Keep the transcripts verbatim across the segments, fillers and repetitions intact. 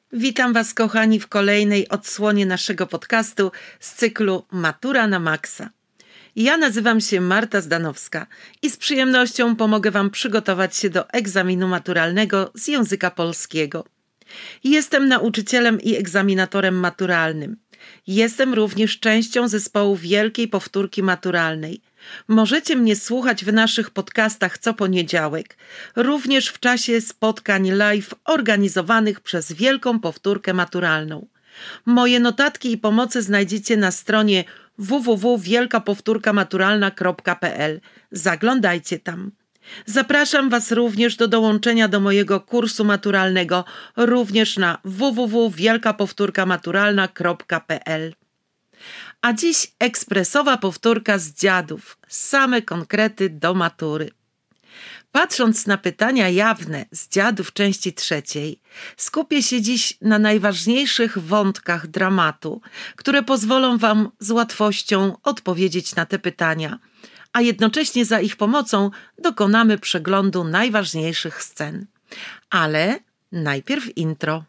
Witam Was, kochani, w kolejnej odsłonie naszego podcastu z cyklu Matura na Maksa. Ja nazywam się Marta Zdanowska i z przyjemnością pomogę Wam przygotować się do egzaminu maturalnego z języka polskiego. Jestem nauczycielem i egzaminatorem maturalnym. Jestem również częścią zespołu Wielkiej Powtórki Maturalnej. Możecie mnie słuchać w naszych podcastach co poniedziałek, również w czasie spotkań live organizowanych przez Wielką Powtórkę Maturalną. Moje notatki i pomocy znajdziecie na stronie w w w kropka wielka powtórka maturalna kropka p l. Zaglądajcie tam. Zapraszam Was również do dołączenia do mojego kursu maturalnego, również na w w w kropka wielka powtórka maturalna kropka p l. A dziś ekspresowa powtórka z dziadów, same konkrety do matury. Patrząc na pytania jawne z dziadów części trzeciej, skupię się dziś na najważniejszych wątkach dramatu, które pozwolą Wam z łatwością odpowiedzieć na te pytania, a jednocześnie za ich pomocą dokonamy przeglądu najważniejszych scen. Ale najpierw intro.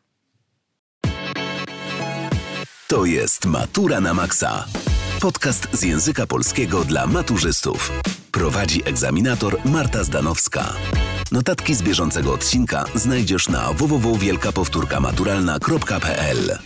To jest Matura na Maksa. Podcast z języka polskiego dla maturzystów. Prowadzi egzaminator Marta Zdanowska. Notatki z bieżącego odcinka znajdziesz na w w w kropka wielka powtórka maturalna kropka p l.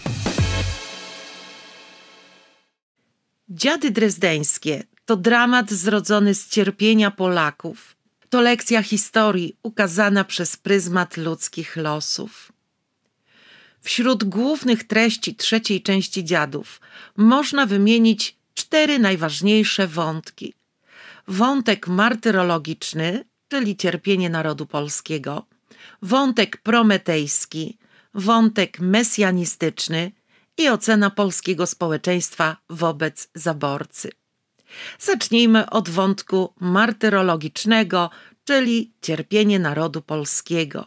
Dziady drezdeńskie to dramat zrodzony z cierpienia Polaków. To lekcja historii ukazana przez pryzmat ludzkich losów. Wśród głównych treści trzeciej części Dziadów można wymienić cztery najważniejsze wątki. Wątek martyrologiczny, czyli cierpienie narodu polskiego, wątek prometejski, wątek mesjanistyczny i ocena polskiego społeczeństwa wobec zaborcy. Zacznijmy od wątku martyrologicznego, czyli cierpienie narodu polskiego.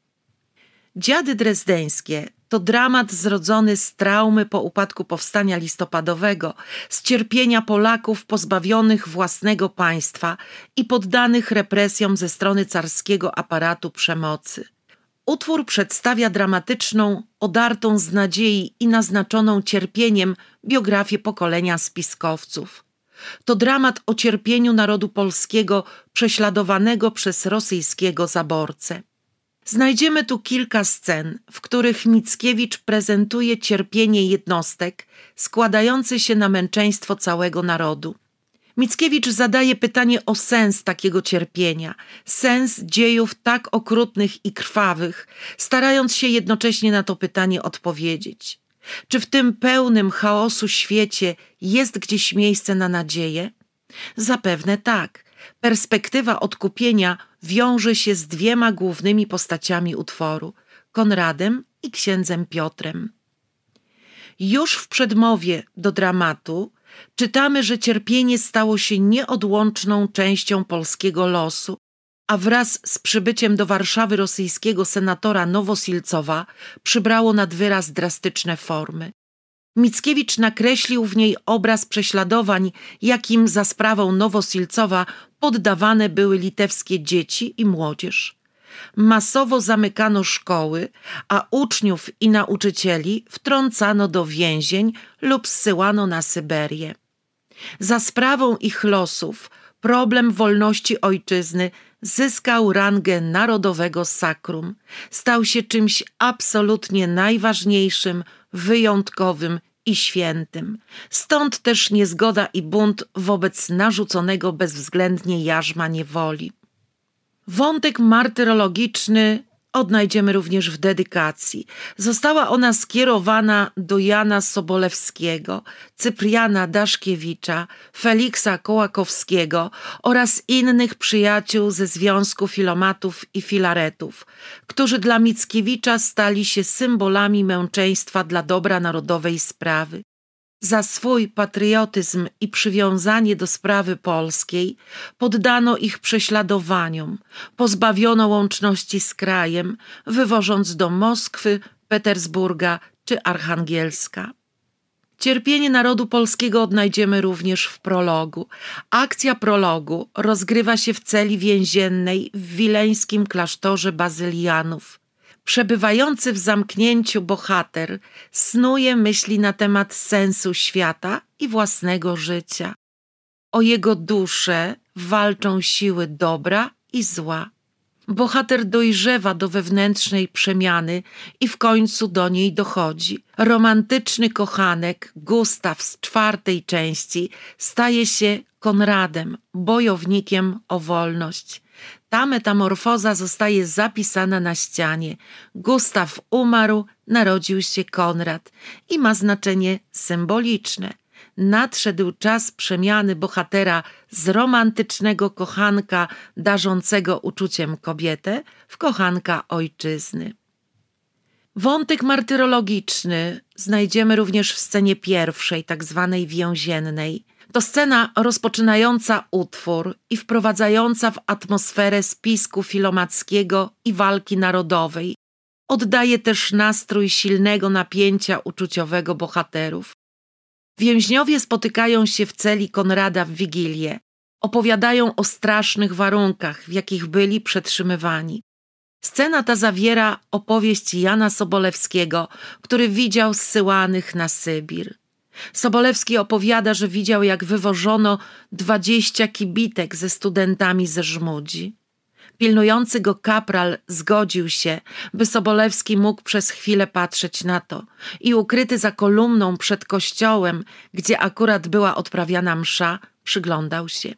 Dziady drezdeńskie to dramat zrodzony z traumy po upadku powstania listopadowego, z cierpienia Polaków pozbawionych własnego państwa i poddanych represjom ze strony carskiego aparatu przemocy. Utwór przedstawia dramatyczną, odartą z nadziei i naznaczoną cierpieniem biografię pokolenia spiskowców. To dramat o cierpieniu narodu polskiego prześladowanego przez rosyjskiego zaborcę. Znajdziemy tu kilka scen, w których Mickiewicz prezentuje cierpienie jednostek składające się na męczeństwo całego narodu. Mickiewicz zadaje pytanie o sens takiego cierpienia, sens dziejów tak okrutnych i krwawych, starając się jednocześnie na to pytanie odpowiedzieć. Czy w tym pełnym chaosu świecie jest gdzieś miejsce na nadzieję? Zapewne tak. Perspektywa odkupienia wiąże się z dwiema głównymi postaciami utworu, Konradem i księdzem Piotrem. Już w przedmowie do dramatu czytamy, że cierpienie stało się nieodłączną częścią polskiego losu, a wraz z przybyciem do Warszawy rosyjskiego senatora Nowosilcowa przybrało nad wyraz drastyczne formy. Mickiewicz nakreślił w niej obraz prześladowań, jakim za sprawą Nowosilcowa poddawane były litewskie dzieci i młodzież. Masowo zamykano szkoły, a uczniów i nauczycieli wtrącano do więzień lub zsyłano na Syberię. Za sprawą ich losów problem wolności ojczyzny zyskał rangę narodowego sakrum. Stał się czymś absolutnie najważniejszym, wyjątkowym i świętym. Stąd też niezgoda i bunt wobec narzuconego bezwzględnie jarzma niewoli. Wątek martyrologiczny odnajdziemy również w dedykacji. Została ona skierowana do Jana Sobolewskiego, Cypriana Daszkiewicza, Feliksa Kołakowskiego oraz innych przyjaciół ze Związku Filomatów i Filaretów, którzy dla Mickiewicza stali się symbolami męczeństwa dla dobra narodowej sprawy. Za swój patriotyzm i przywiązanie do sprawy polskiej poddano ich prześladowaniom, pozbawiono łączności z krajem, wywożąc do Moskwy, Petersburga czy Archangielska. Cierpienie narodu polskiego odnajdziemy również w prologu. Akcja prologu rozgrywa się w celi więziennej w wileńskim klasztorze bazylianów. Przebywający w zamknięciu bohater snuje myśli na temat sensu świata i własnego życia. O jego duszę walczą siły dobra i zła. Bohater dojrzewa do wewnętrznej przemiany i w końcu do niej dochodzi. Romantyczny kochanek Gustaw z czwartej części staje się Konradem, bojownikiem o wolność. Ta metamorfoza zostaje zapisana na ścianie. Gustaw umarł, narodził się Konrad i ma znaczenie symboliczne. Nadszedł czas przemiany bohatera z romantycznego kochanka darzącego uczuciem kobietę w kochanka ojczyzny. Wątek martyrologiczny znajdziemy również w scenie pierwszej, tak zwanej więziennej. To scena rozpoczynająca utwór i wprowadzająca w atmosferę spisku filomackiego i walki narodowej. Oddaje też nastrój silnego napięcia uczuciowego bohaterów. Więźniowie spotykają się w celi Konrada w Wigilię. Opowiadają o strasznych warunkach, w jakich byli przetrzymywani. Scena ta zawiera opowieść Jana Sobolewskiego, który widział zsyłanych na Sybir. Sobolewski opowiada, że widział, jak wywożono dwadzieścia kibitek ze studentami ze Żmudzi. Pilnujący go kapral zgodził się, by Sobolewski mógł przez chwilę patrzeć na to i ukryty za kolumną przed kościołem, gdzie akurat była odprawiana msza, przyglądał się.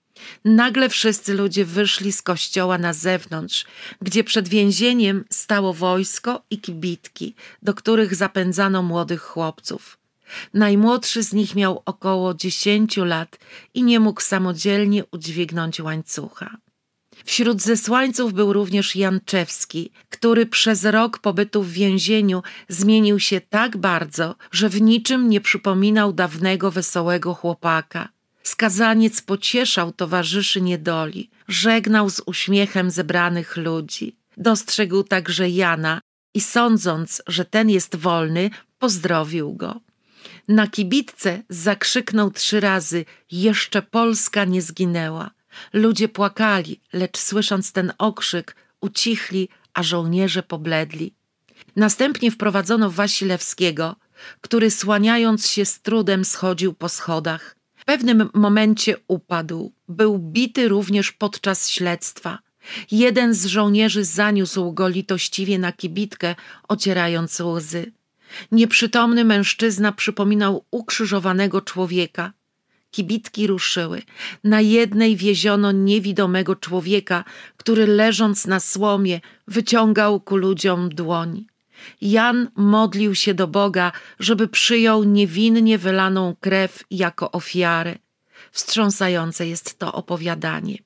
Nagle wszyscy ludzie wyszli z kościoła na zewnątrz, gdzie przed więzieniem stało wojsko i kibitki, do których zapędzano młodych chłopców. Najmłodszy z nich miał około dziesięciu lat i nie mógł samodzielnie udźwignąć łańcucha. Wśród zesłańców był również Janczewski, który przez rok pobytu w więzieniu zmienił się tak bardzo, że w niczym nie przypominał dawnego wesołego chłopaka. Skazaniec pocieszał towarzyszy niedoli, żegnał z uśmiechem zebranych ludzi. Dostrzegł także Jana i sądząc, że ten jest wolny, pozdrowił go. Na kibitce zakrzyknął trzy razy: jeszcze Polska nie zginęła. Ludzie płakali, lecz słysząc ten okrzyk, ucichli, a żołnierze pobledli. Następnie wprowadzono Wasilewskiego, który słaniając się z trudem schodził po schodach. W pewnym momencie upadł. Był bity również podczas śledztwa. Jeden z żołnierzy zaniósł go litościwie na kibitkę, ocierając łzy. Nieprzytomny mężczyzna przypominał ukrzyżowanego człowieka. Kibitki ruszyły. Na jednej wieziono niewidomego człowieka, który leżąc na słomie wyciągał ku ludziom dłoń. Jan modlił się do Boga, żeby przyjął niewinnie wylaną krew jako ofiarę. Wstrząsające jest to opowiadanie.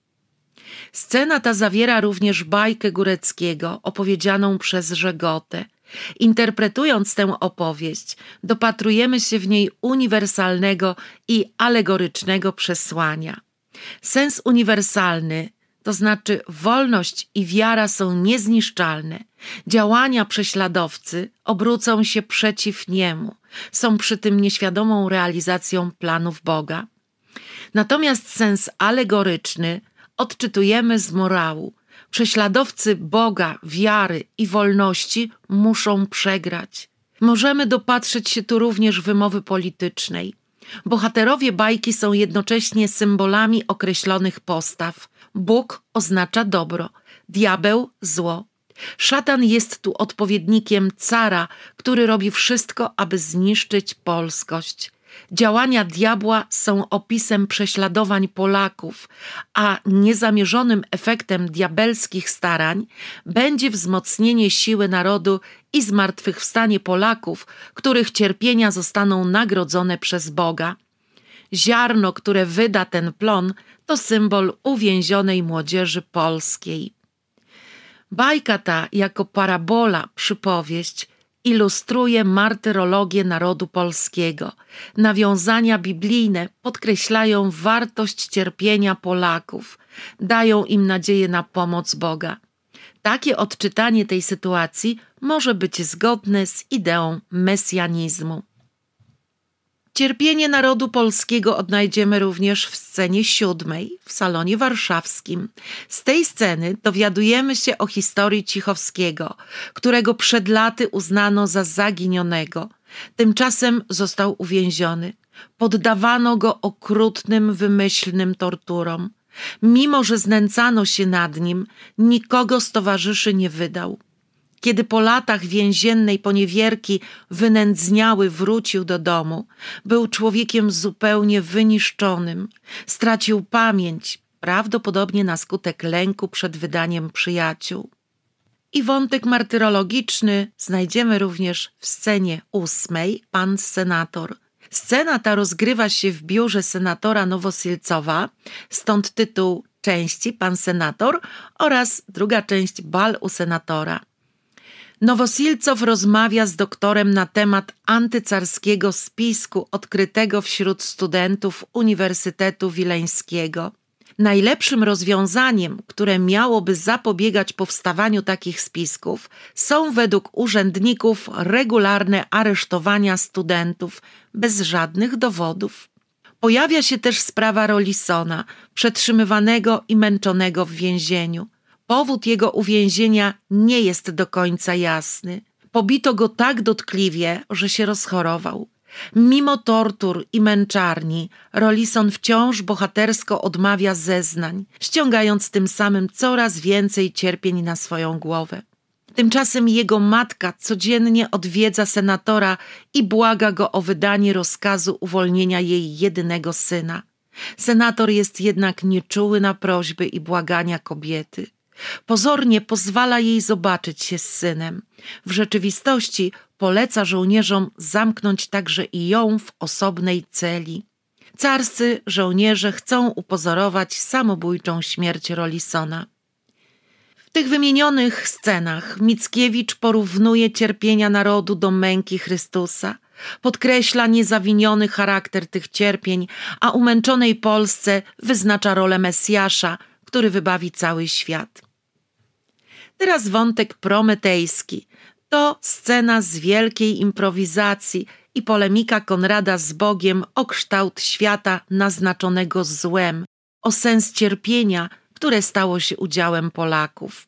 Scena ta zawiera również bajkę Góreckiego, opowiedzianą przez Żegotę. Interpretując tę opowieść, dopatrujemy się w niej uniwersalnego i alegorycznego przesłania. Sens uniwersalny, to znaczy wolność i wiara są niezniszczalne. Działania prześladowcy obrócą się przeciw niemu, są przy tym nieświadomą realizacją planów Boga. Natomiast sens alegoryczny odczytujemy z morału. Prześladowcy Boga, wiary i wolności muszą przegrać. Możemy dopatrzeć się tu również wymowy politycznej. Bohaterowie bajki są jednocześnie symbolami określonych postaw. Bóg oznacza dobro, diabeł zło. Szatan jest tu odpowiednikiem cara, który robi wszystko, aby zniszczyć polskość. Działania diabła są opisem prześladowań Polaków, a niezamierzonym efektem diabelskich starań będzie wzmocnienie siły narodu i zmartwychwstanie Polaków, których cierpienia zostaną nagrodzone przez Boga. Ziarno, które wyda ten plon, to symbol uwięzionej młodzieży polskiej. Bajka ta jako parabola, przypowieść, ilustruje martyrologię narodu polskiego. Nawiązania biblijne podkreślają wartość cierpienia Polaków, dają im nadzieję na pomoc Boga. Takie odczytanie tej sytuacji może być zgodne z ideą mesjanizmu. Cierpienie narodu polskiego odnajdziemy również w scenie siódmej w salonie warszawskim. Z tej sceny dowiadujemy się o historii Cichowskiego, którego przed laty uznano za zaginionego. Tymczasem został uwięziony. Poddawano go okrutnym, wymyślnym torturom. Mimo że znęcano się nad nim, nikogo z towarzyszy nie wydał. Kiedy po latach więziennej poniewierki wynędzniały wrócił do domu, był człowiekiem zupełnie wyniszczonym. Stracił pamięć, prawdopodobnie na skutek lęku przed wydaniem przyjaciół. I wątek martyrologiczny znajdziemy również w scenie ósmej, Pan senator. Scena ta rozgrywa się w biurze senatora Nowosilcowa, stąd tytuł części Pan senator oraz druga część Bal u senatora. Nowosilcow rozmawia z doktorem na temat antycarskiego spisku odkrytego wśród studentów Uniwersytetu Wileńskiego. Najlepszym rozwiązaniem, które miałoby zapobiegać powstawaniu takich spisków, są według urzędników regularne aresztowania studentów bez żadnych dowodów. Pojawia się też sprawa Rolisona, przetrzymywanego i męczonego w więzieniu. Powód jego uwięzienia nie jest do końca jasny. Pobito go tak dotkliwie, że się rozchorował. Mimo tortur i męczarni, Rolison wciąż bohatersko odmawia zeznań, ściągając tym samym coraz więcej cierpień na swoją głowę. Tymczasem jego matka codziennie odwiedza senatora i błaga go o wydanie rozkazu uwolnienia jej jedynego syna. Senator jest jednak nieczuły na prośby i błagania kobiety. Pozornie pozwala jej zobaczyć się z synem. W rzeczywistości poleca żołnierzom zamknąć także i ją w osobnej celi. Carscy żołnierze chcą upozorować samobójczą śmierć Rolisona. W tych wymienionych scenach Mickiewicz porównuje cierpienia narodu do męki Chrystusa. Podkreśla niezawiniony charakter tych cierpień, a umęczonej Polsce wyznacza rolę Mesjasza, który wybawi cały świat. Teraz wątek prometejski. To scena z wielkiej improwizacji i polemika Konrada z Bogiem o kształt świata naznaczonego złem, o sens cierpienia, które stało się udziałem Polaków.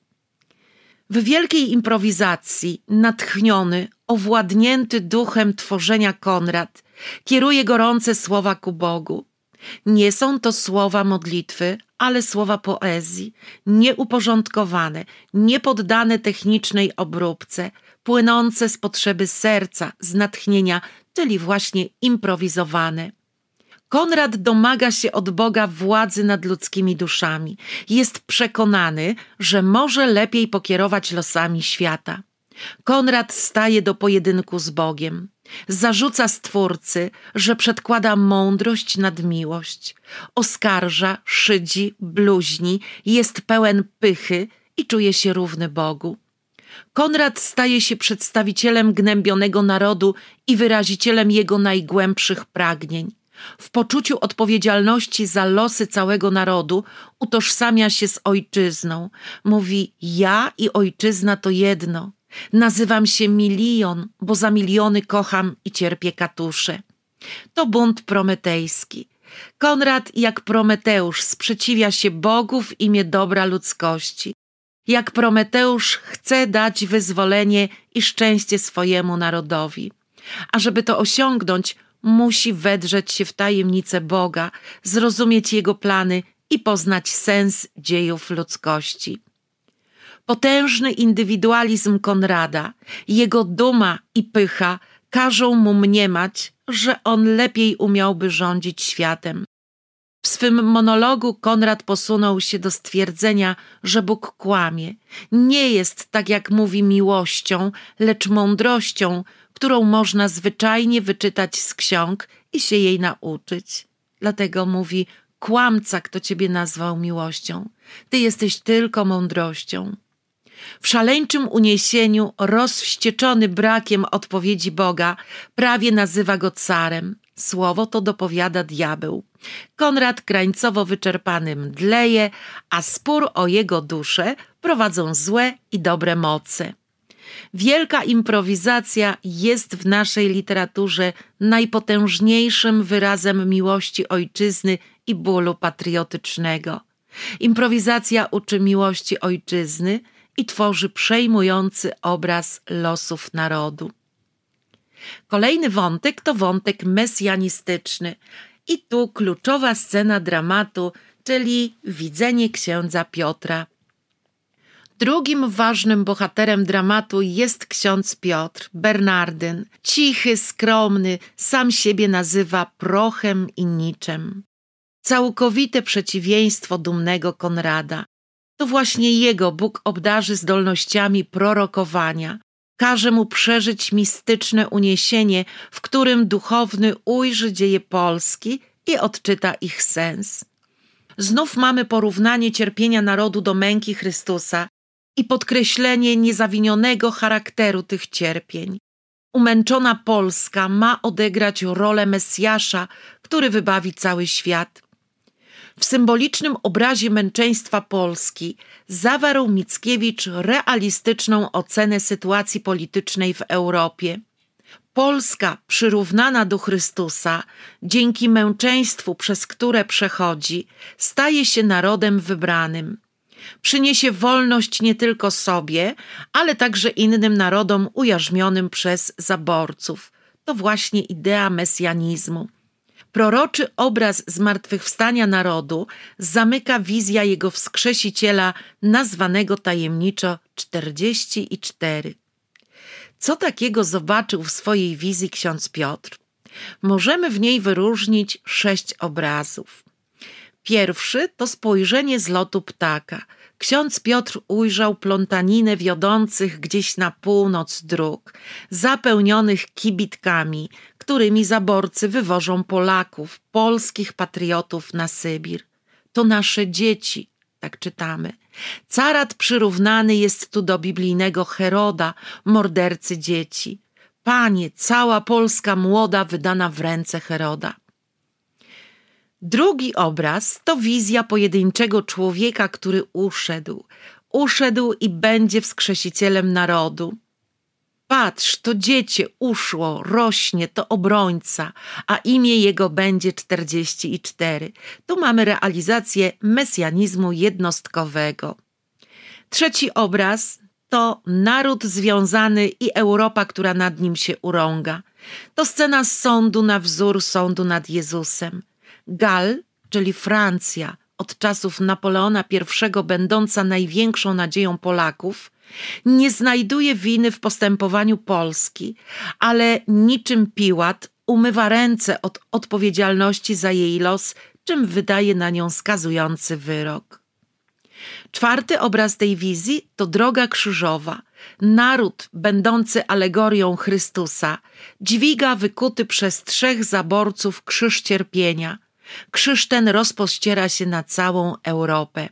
W wielkiej improwizacji, natchniony, owładnięty duchem tworzenia Konrad kieruje gorące słowa ku Bogu. Nie są to słowa modlitwy, ale słowa poezji, nieuporządkowane, niepoddane technicznej obróbce, płynące z potrzeby serca, z natchnienia, czyli właśnie improwizowane. Konrad domaga się od Boga władzy nad ludzkimi duszami. Jest przekonany, że może lepiej pokierować losami świata. Konrad staje do pojedynku z Bogiem. Zarzuca Stwórcy, że przedkłada mądrość nad miłość. Oskarża, szydzi, bluźni, jest pełen pychy i czuje się równy Bogu. Konrad staje się przedstawicielem gnębionego narodu i wyrazicielem jego najgłębszych pragnień. W poczuciu odpowiedzialności za losy całego narodu utożsamia się z ojczyzną. Mówi: ja i ojczyzna to jedno. Nazywam się Milion, bo za miliony kocham i cierpię katusze. To bunt prometejski. Konrad jak Prometeusz sprzeciwia się Bogu w imię dobra ludzkości. Jak Prometeusz chce dać wyzwolenie i szczęście swojemu narodowi. A żeby to osiągnąć, musi wedrzeć się w tajemnicę Boga, zrozumieć Jego plany i poznać sens dziejów ludzkości. Potężny indywidualizm Konrada, jego duma i pycha każą mu mniemać, że on lepiej umiałby rządzić światem. W swym monologu Konrad posunął się do stwierdzenia, że Bóg kłamie. Nie jest, tak jak mówi, miłością, lecz mądrością, którą można zwyczajnie wyczytać z ksiąg i się jej nauczyć. Dlatego mówi: kłamca, kto ciebie nazwał miłością. Ty jesteś tylko mądrością. W szaleńczym uniesieniu, rozwścieczony brakiem odpowiedzi Boga, prawie nazywa go carem. Słowo to dopowiada diabeł. Konrad krańcowo wyczerpany mdleje, a spór o jego duszę prowadzą złe i dobre moce. Wielka improwizacja jest w naszej literaturze najpotężniejszym wyrazem miłości ojczyzny i bólu patriotycznego. Improwizacja uczy miłości ojczyzny i tworzy przejmujący obraz losów narodu. Kolejny wątek to wątek mesjanistyczny i tu kluczowa scena dramatu, czyli widzenie księdza Piotra. Drugim ważnym bohaterem dramatu jest ksiądz Piotr, Bernardyn. Cichy, skromny, sam siebie nazywa prochem i niczem. Całkowite przeciwieństwo dumnego Konrada. To właśnie jego Bóg obdarzy zdolnościami prorokowania. Każe mu przeżyć mistyczne uniesienie, w którym duchowny ujrzy dzieje Polski i odczyta ich sens. Znów mamy porównanie cierpienia narodu do męki Chrystusa i podkreślenie niezawinionego charakteru tych cierpień. Umęczona Polska ma odegrać rolę Mesjasza, który wybawi cały świat. W symbolicznym obrazie męczeństwa Polski zawarł Mickiewicz realistyczną ocenę sytuacji politycznej w Europie. Polska, przyrównana do Chrystusa, dzięki męczeństwu, przez które przechodzi, staje się narodem wybranym. Przyniesie wolność nie tylko sobie, ale także innym narodom ujarzmionym przez zaborców. To właśnie idea mesjanizmu. Proroczy obraz zmartwychwstania narodu zamyka wizja jego wskrzesiciela, nazwanego tajemniczo czterdzieści cztery. Co takiego zobaczył w swojej wizji ksiądz Piotr? Możemy w niej wyróżnić sześć obrazów. Pierwszy to spojrzenie z lotu ptaka. Ksiądz Piotr ujrzał plątaninę wiodących gdzieś na północ dróg, zapełnionych kibitkami, którymi zaborcy wywożą Polaków, polskich patriotów na Sybir. To nasze dzieci, tak czytamy. Carat przyrównany jest tu do biblijnego Heroda, mordercy dzieci. Panie, cała Polska młoda wydana w ręce Heroda. Drugi obraz to wizja pojedynczego człowieka, który uszedł. Uszedł i będzie wskrzesicielem narodu. Patrz, to dziecię uszło, rośnie, to obrońca, a imię jego będzie czterdzieści cztery. Tu mamy realizację mesjanizmu jednostkowego. Trzeci obraz to naród związany i Europa, która nad nim się urąga. To scena sądu na wzór sądu nad Jezusem. Gal, czyli Francja, od czasów Napoleona I będąca największą nadzieją Polaków, nie znajduje winy w postępowaniu Polski, ale niczym Piłat umywa ręce od odpowiedzialności za jej los, czym wydaje na nią skazujący wyrok. Czwarty obraz tej wizji to droga krzyżowa. Naród, będący alegorią Chrystusa, dźwiga wykuty przez trzech zaborców krzyż cierpienia. Krzyż ten rozpościera się na całą Europę.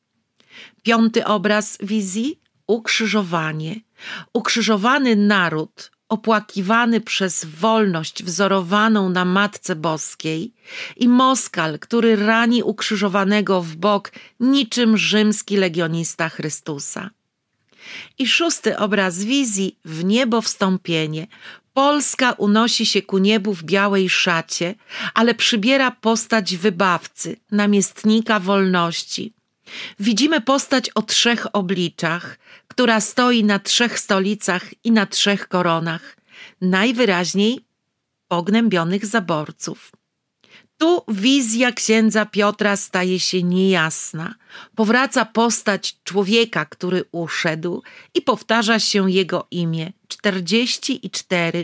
Piąty obraz wizji – ukrzyżowanie. Ukrzyżowany naród, opłakiwany przez wolność wzorowaną na Matce Boskiej i Moskal, który rani ukrzyżowanego w bok niczym rzymski legionista Chrystusa. I szósty obraz wizji – w niebo wstąpienie. Polska unosi się ku niebu w białej szacie, ale przybiera postać wybawcy, namiestnika wolności. Widzimy postać o trzech obliczach, która stoi na trzech stolicach i na trzech koronach, najwyraźniej pognębionych zaborców. Tu wizja księdza Piotra staje się niejasna. Powraca postać człowieka, który uszedł i powtarza się jego imię – czterdzieści cztery.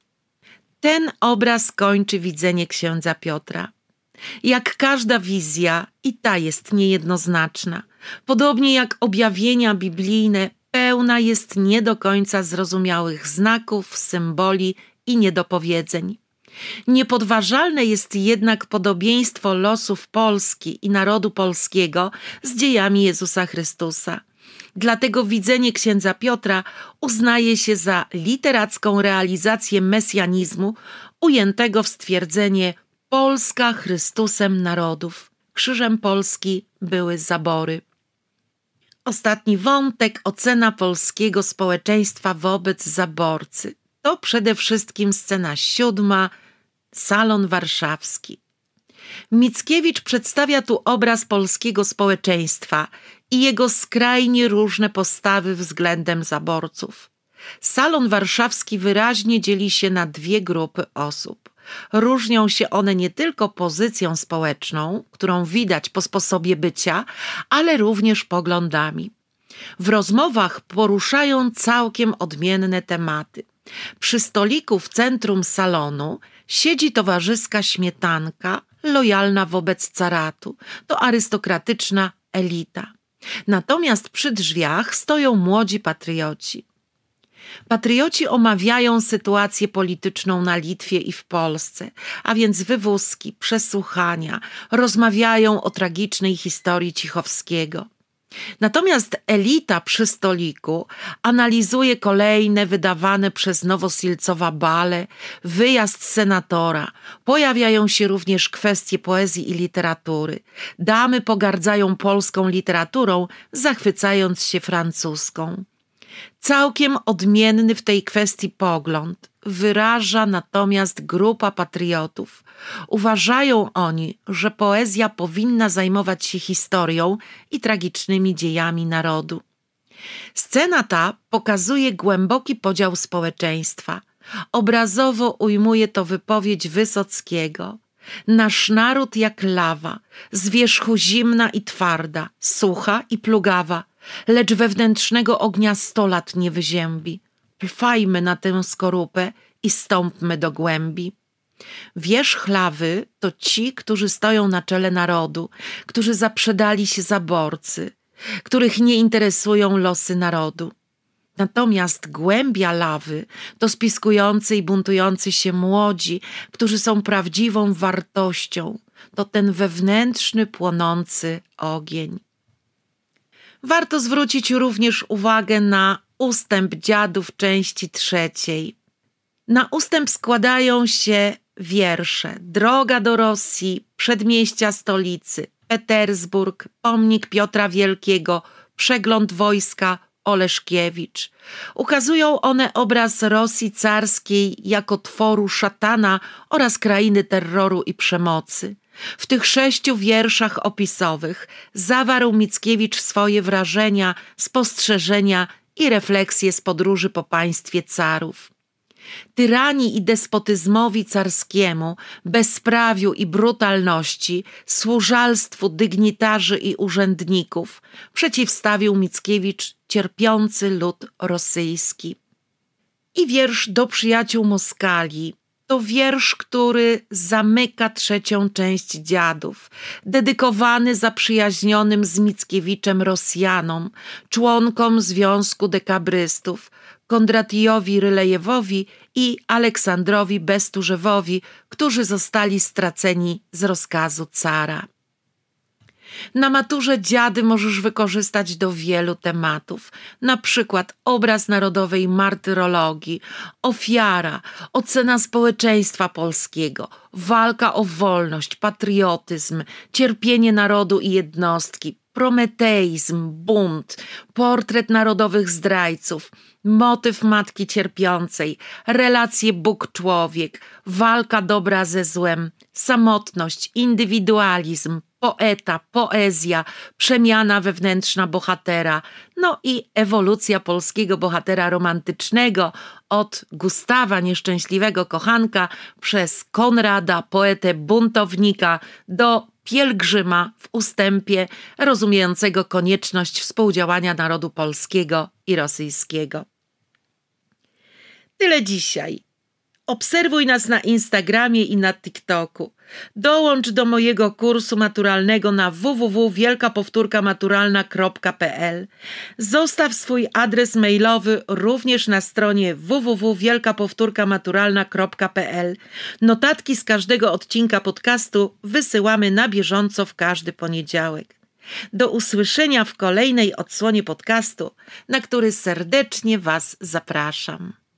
Ten obraz kończy widzenie księdza Piotra. Jak każda wizja, i ta jest niejednoznaczna. Podobnie jak objawienia biblijne, pełna jest nie do końca zrozumiałych znaków, symboli i niedopowiedzeń. Niepodważalne jest jednak podobieństwo losów Polski i narodu polskiego z dziejami Jezusa Chrystusa. Dlatego widzenie księdza Piotra uznaje się za literacką realizację mesjanizmu ujętego w stwierdzenie Polska Chrystusem narodów. Krzyżem Polski były zabory. Ostatni wątek, ocena polskiego społeczeństwa wobec zaborcy. To przede wszystkim scena siódma, Salon Warszawski. Mickiewicz przedstawia tu obraz polskiego społeczeństwa i jego skrajnie różne postawy względem zaborców. Salon Warszawski wyraźnie dzieli się na dwie grupy osób. Różnią się one nie tylko pozycją społeczną, którą widać po sposobie bycia, ale również poglądami. W rozmowach poruszają całkiem odmienne tematy. Przy stoliku w centrum salonu siedzi towarzyska śmietanka, lojalna wobec caratu. To arystokratyczna elita. Natomiast przy drzwiach stoją młodzi patrioci. Patrioci omawiają sytuację polityczną na Litwie i w Polsce, a więc wywózki, przesłuchania, rozmawiają o tragicznej historii Cichowskiego. Natomiast elita przy stoliku analizuje kolejne wydawane przez Nowosilcowa bale, wyjazd senatora. Pojawiają się również kwestie poezji i literatury. Damy pogardzają polską literaturą, zachwycając się francuską. Całkiem odmienny w tej kwestii pogląd wyraża natomiast grupa patriotów. Uważają oni, że poezja powinna zajmować się historią i tragicznymi dziejami narodu. Scena ta pokazuje głęboki podział społeczeństwa. Obrazowo ujmuje to wypowiedź Wysockiego. Nasz naród jak lawa, z wierzchu zimna i twarda, sucha i plugawa, lecz wewnętrznego ognia sto lat nie wyziębi. Trwajmy na tę skorupę i stąpmy do głębi. Wierzch lawy to ci, którzy stoją na czele narodu, którzy zaprzedali się zaborcy, których nie interesują losy narodu. Natomiast głębia lawy to spiskujący i buntujący się młodzi, którzy są prawdziwą wartością. To ten wewnętrzny, płonący ogień. Warto zwrócić również uwagę na ustęp dziadów części trzeciej. Na ustęp składają się wiersze Droga do Rosji, Przedmieścia stolicy, Petersburg, Pomnik Piotra Wielkiego, Przegląd wojska, Oleszkiewicz. Ukazują one obraz Rosji carskiej jako tworu szatana oraz krainy terroru i przemocy. W tych sześciu wierszach opisowych zawarł Mickiewicz swoje wrażenia, spostrzeżenia i refleksje z podróży po państwie carów. Tyranii i despotyzmowi carskiemu, bezprawiu i brutalności, służalstwu dygnitarzy i urzędników przeciwstawił Mickiewicz cierpiący lud rosyjski. I wiersz Do przyjaciół Moskali to wiersz, który zamyka trzecią część dziadów, dedykowany zaprzyjaźnionym z Mickiewiczem Rosjanom, członkom Związku Dekabrystów, Kondratijowi Rylejewowi i Aleksandrowi Besturzewowi, którzy zostali straceni z rozkazu cara. Na maturze dziady możesz wykorzystać do wielu tematów, na przykład obraz narodowej martyrologii, ofiara, ocena społeczeństwa polskiego, walka o wolność, patriotyzm, cierpienie narodu i jednostki, prometeizm, bunt, portret narodowych zdrajców, motyw matki cierpiącej, relacje Bóg-człowiek, walka dobra ze złem, samotność, indywidualizm, poeta, poezja, przemiana wewnętrzna bohatera, no i ewolucja polskiego bohatera romantycznego od Gustawa, nieszczęśliwego kochanka, przez Konrada, poetę buntownika, do pielgrzyma w ustępie rozumiejącego konieczność współdziałania narodu polskiego i rosyjskiego. Tyle dzisiaj. Obserwuj nas na Instagramie i na TikToku. Dołącz do mojego kursu maturalnego na w w w kropka wielka powtórka maturalna kropka p l. Zostaw swój adres mailowy również na stronie w w w kropka wielka powtórka maturalna kropka p l. Notatki z każdego odcinka podcastu wysyłamy na bieżąco w każdy poniedziałek. Do usłyszenia w kolejnej odsłonie podcastu, na który serdecznie Was zapraszam.